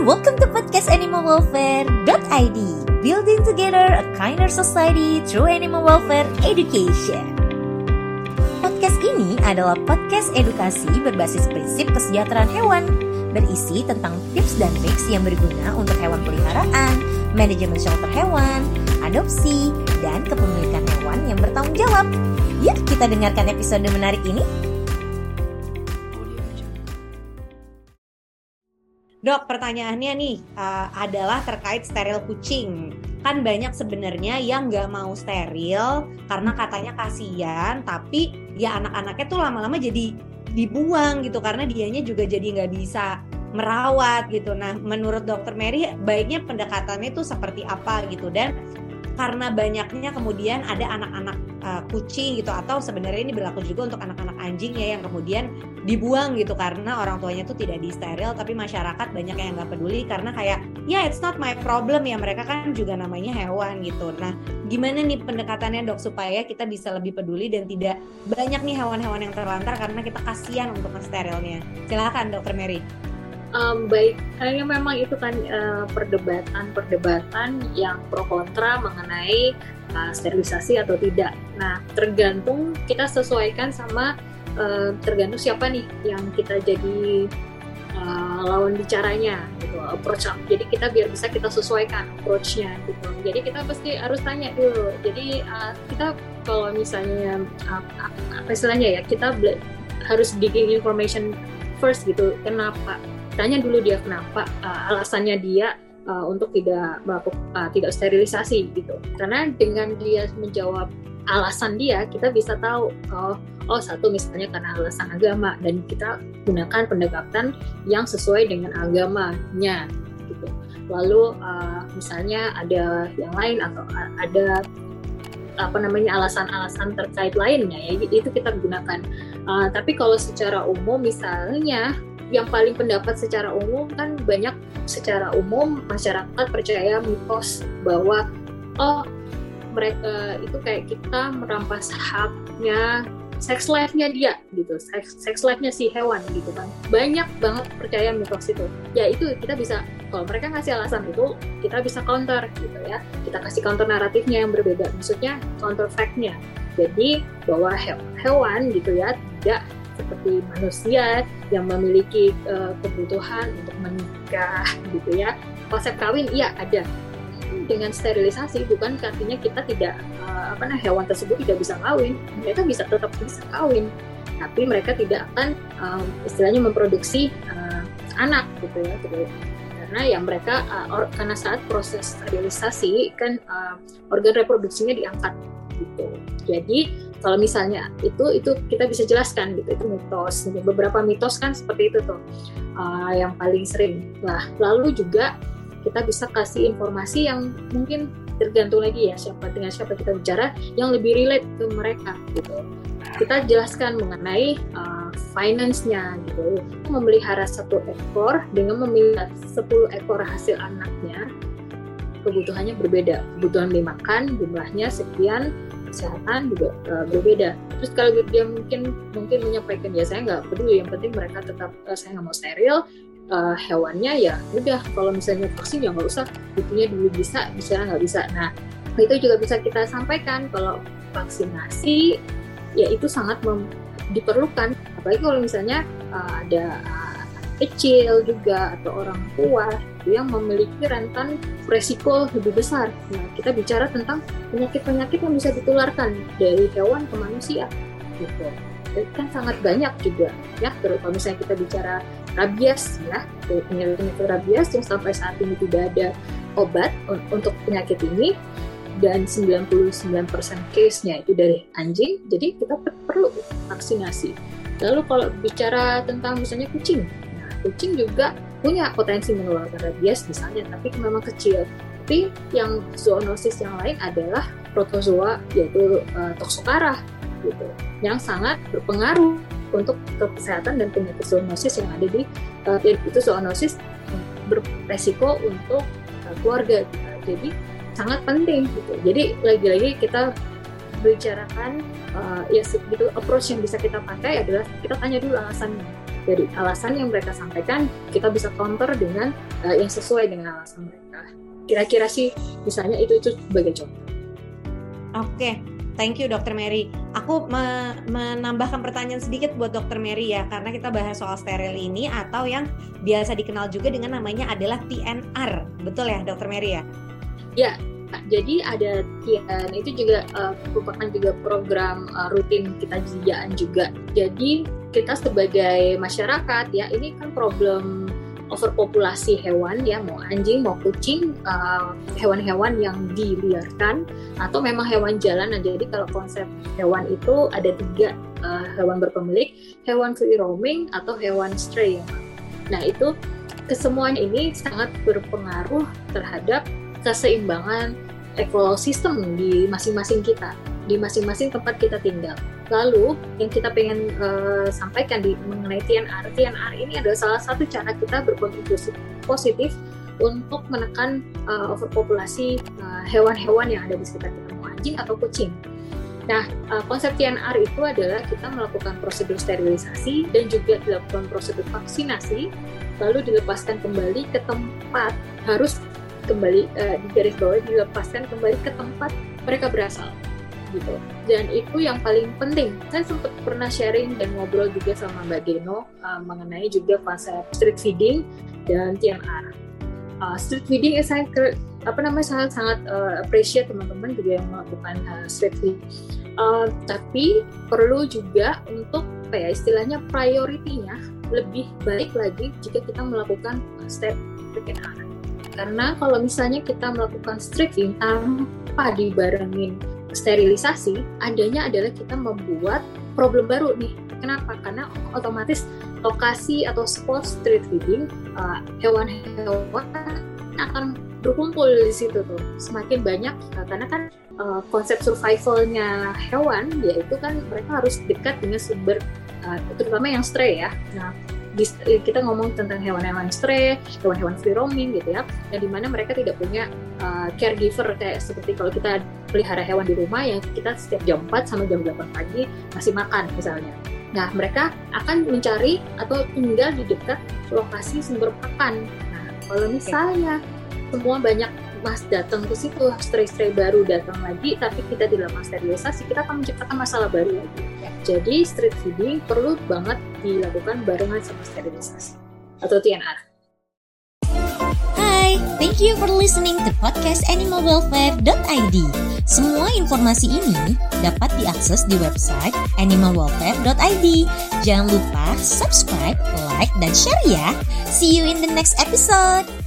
welcome to podcast animalwelfare.id. Building together a kinder society through animal welfare education. Podcast ini adalah podcast edukasi berbasis prinsip kesejahteraan hewan, berisi tentang tips dan triks yang berguna untuk hewan peliharaan, manajemen shelter hewan, adopsi, dan kepemilikan hewan yang bertanggung jawab. Yuk kita dengarkan episode menarik ini. Dok, pertanyaannya nih adalah terkait steril kucing. Kan banyak sebenarnya yang nggak mau steril karena katanya kasihan, tapi ya anak-anaknya tuh lama-lama jadi dibuang gitu karena dianya juga jadi nggak bisa merawat gitu. Nah, menurut Dokter Mary, baiknya pendekatannya tuh seperti apa gitu? Dan karena banyaknya kemudian ada anak-anak kucing gitu, atau sebenarnya ini berlaku juga untuk anak-anak anjing ya, yang kemudian dibuang gitu karena orang tuanya tuh tidak disteril, tapi masyarakat banyak yang nggak peduli karena kayak ya it's not my problem ya, mereka kan juga namanya hewan gitu. Nah, gimana nih pendekatannya dok supaya kita bisa lebih peduli dan tidak banyak nih hewan-hewan yang terlantar karena kita kasihan untuk mensterilnya? Silakan Dokter Mary. Baik, kayaknya memang itu kan perdebatan yang pro kontra mengenai sterilisasi atau tidak. Nah, tergantung kita sesuaikan sama tergantung siapa nih yang kita jadi lawan bicaranya gitu, approach. Jadi kita biar bisa kita sesuaikan approach-nya gitu. Jadi kita pasti harus tanya dulu. Jadi kita kalau misalnya apa istilahnya ya, kita harus digging information first gitu. Kenapa? Tanya dulu dia kenapa, alasannya dia untuk tidak sterilisasi gitu. Karena dengan dia menjawab alasan dia, kita bisa tahu satu misalnya karena alasan agama, dan kita gunakan pendekatan yang sesuai dengan agamanya gitu. Lalu misalnya ada yang lain atau ada alasan-alasan terkait lainnya ya, itu kita gunakan. Tapi kalau secara umum misalnya yang paling pendapat secara umum kan banyak, secara umum masyarakat percaya mitos bahwa mereka itu kayak kita merampas haknya, sex life-nya dia gitu, sex life-nya si hewan gitu kan. Banyak banget percaya mitos itu. Ya itu kita bisa, kalau mereka ngasih alasan itu, kita bisa counter gitu ya. Kita kasih counter naratifnya yang berbeda, maksudnya counter fact-nya. Jadi bahwa hewan gitu ya tidak seperti manusia yang memiliki kebutuhan untuk menikah gitu ya. Konsep kawin iya ada. Dengan sterilisasi bukan artinya kita tidak hewan tersebut tidak bisa kawin. Mereka tetap bisa kawin, tapi mereka tidak akan istilahnya memproduksi anak gitu ya. Karena yang mereka karena saat proses sterilisasi kan organ reproduksinya diangkat gitu. Jadi kalau misalnya itu kita bisa jelaskan gitu, itu mitos. Beberapa mitos kan seperti itu tuh yang paling sering. Nah, lalu juga kita bisa kasih informasi yang mungkin tergantung lagi ya dengan siapa kita bicara, yang lebih relate ke mereka gitu. Kita jelaskan mengenai finance-nya gitu. Memelihara 1 ekor dengan memelihara 10 ekor hasil anaknya, kebutuhannya berbeda. Kebutuhan dimakan jumlahnya sekian, kesehatan juga berbeda. Terus kalau dia mungkin menyampaikan ya saya nggak peduli, yang penting mereka tetap saya nggak mau steril, hewannya ya udah, kalau misalnya vaksin ya nggak usah, itunya dulu bisa nggak bisa. Nah itu juga bisa kita sampaikan kalau vaksinasi ya itu sangat diperlukan, apalagi kalau misalnya ada kecil juga atau orang tua yang memiliki rentan resiko lebih besar. Nah, kita bicara tentang penyakit-penyakit yang bisa ditularkan dari hewan ke manusia gitu. Itu kan sangat banyak juga ya, terutama misalnya kita bicara rabies ya, penyakit rabies yang sampai saat ini tidak ada obat untuk penyakit ini, dan 99% case-nya itu dari anjing, jadi kita perlu vaksinasi. Lalu kalau bicara tentang misalnya kucing, kucing juga punya potensi menularkan rabies misalnya, tapi memang kecil. Tapi yang zoonosis yang lain adalah protozoa, yaitu toxocara gitu, yang sangat berpengaruh untuk kesehatan dan penyakit zoonosis yang ada di itu zoonosis beresiko untuk keluarga kita. Jadi sangat penting gitu. Jadi lagi-lagi kita bicarakan ya gitu, approach yang bisa kita pakai adalah kita tanya dulu alasannya. dari alasan yang mereka sampaikan, kita bisa counter dengan yang sesuai dengan alasan mereka. Kira-kira sih misalnya itu sebagai contoh. Oke, thank you Dr. Mary. Aku menambahkan pertanyaan sedikit buat Dr. Mary ya, karena kita bahas soal steril ini atau yang biasa dikenal juga dengan namanya adalah TNR. Betul ya Dr. Mary ya? Ya, jadi ada TNR itu juga merupakan juga program rutin kita disediakan juga. Jadi kita sebagai masyarakat ya, ini kan problem overpopulasi hewan ya, mau anjing, mau kucing, hewan-hewan yang diliarkan atau memang hewan jalanan. Jadi kalau konsep hewan itu ada 3 hewan berpemilik, hewan free roaming atau hewan stray. Nah itu kesemuanya ini sangat berpengaruh terhadap keseimbangan ekosistem di masing-masing kita, di masing-masing tempat kita tinggal. Lalu yang kita pengen sampaikan mengenai TNR ini adalah salah satu cara kita berkontribusi positif untuk menekan overpopulasi hewan-hewan yang ada di sekitar kita, mau anjing atau kucing. Nah, konsep TNR itu adalah kita melakukan prosedur sterilisasi dan juga dilakukan prosedur vaksinasi, lalu dilepaskan kembali ke tempat, harus kembali di garis bawah, dilepaskan kembali ke tempat mereka berasal gitu. Dan itu yang paling penting. Saya sempat pernah sharing dan ngobrol juga sama Mbak Geno mengenai juga konsep street feeding dan TNR. Street feeding saya sangat appreciate teman-teman juga yang melakukan street feeding. Tapi perlu juga untuk istilahnya priority-nya lebih baik lagi jika kita melakukan step TNR. Karena kalau misalnya kita melakukan street feeding tanpa dibarengin sterilisasi, adanya adalah kita membuat problem baru nih. Kenapa? Karena otomatis lokasi atau spot street feeding hewan-hewan akan berkumpul di situ tuh semakin banyak, karena kan konsep survivalnya hewan yaitu kan mereka harus dekat dengan sumber, terutama yang stray ya. Nah, kita ngomong tentang hewan-hewan stray, hewan-hewan free roaming gitu ya, yang dimana mereka tidak punya caregiver kayak seperti kalau kita pelihara hewan di rumah yang kita setiap jam 4 sampai jam 8 pagi ngasih makan misalnya. Nah, mereka akan mencari atau tinggal di dekat lokasi sumber pakan. Nah, kalau misalnya semua banyak datang ke situ, stray-stray baru datang lagi, tapi kita tidak melakukan sterilisasi, kita akan menciptakan masalah baru lagi. Jadi street feeding perlu banget dilakukan barengan sama sterilisasi atau TNR. Hai, thank you for listening to podcast animalwelfare.id. Semua informasi ini dapat diakses di website animalwelfare.id. Jangan lupa subscribe, like, dan share ya. See you in the next episode.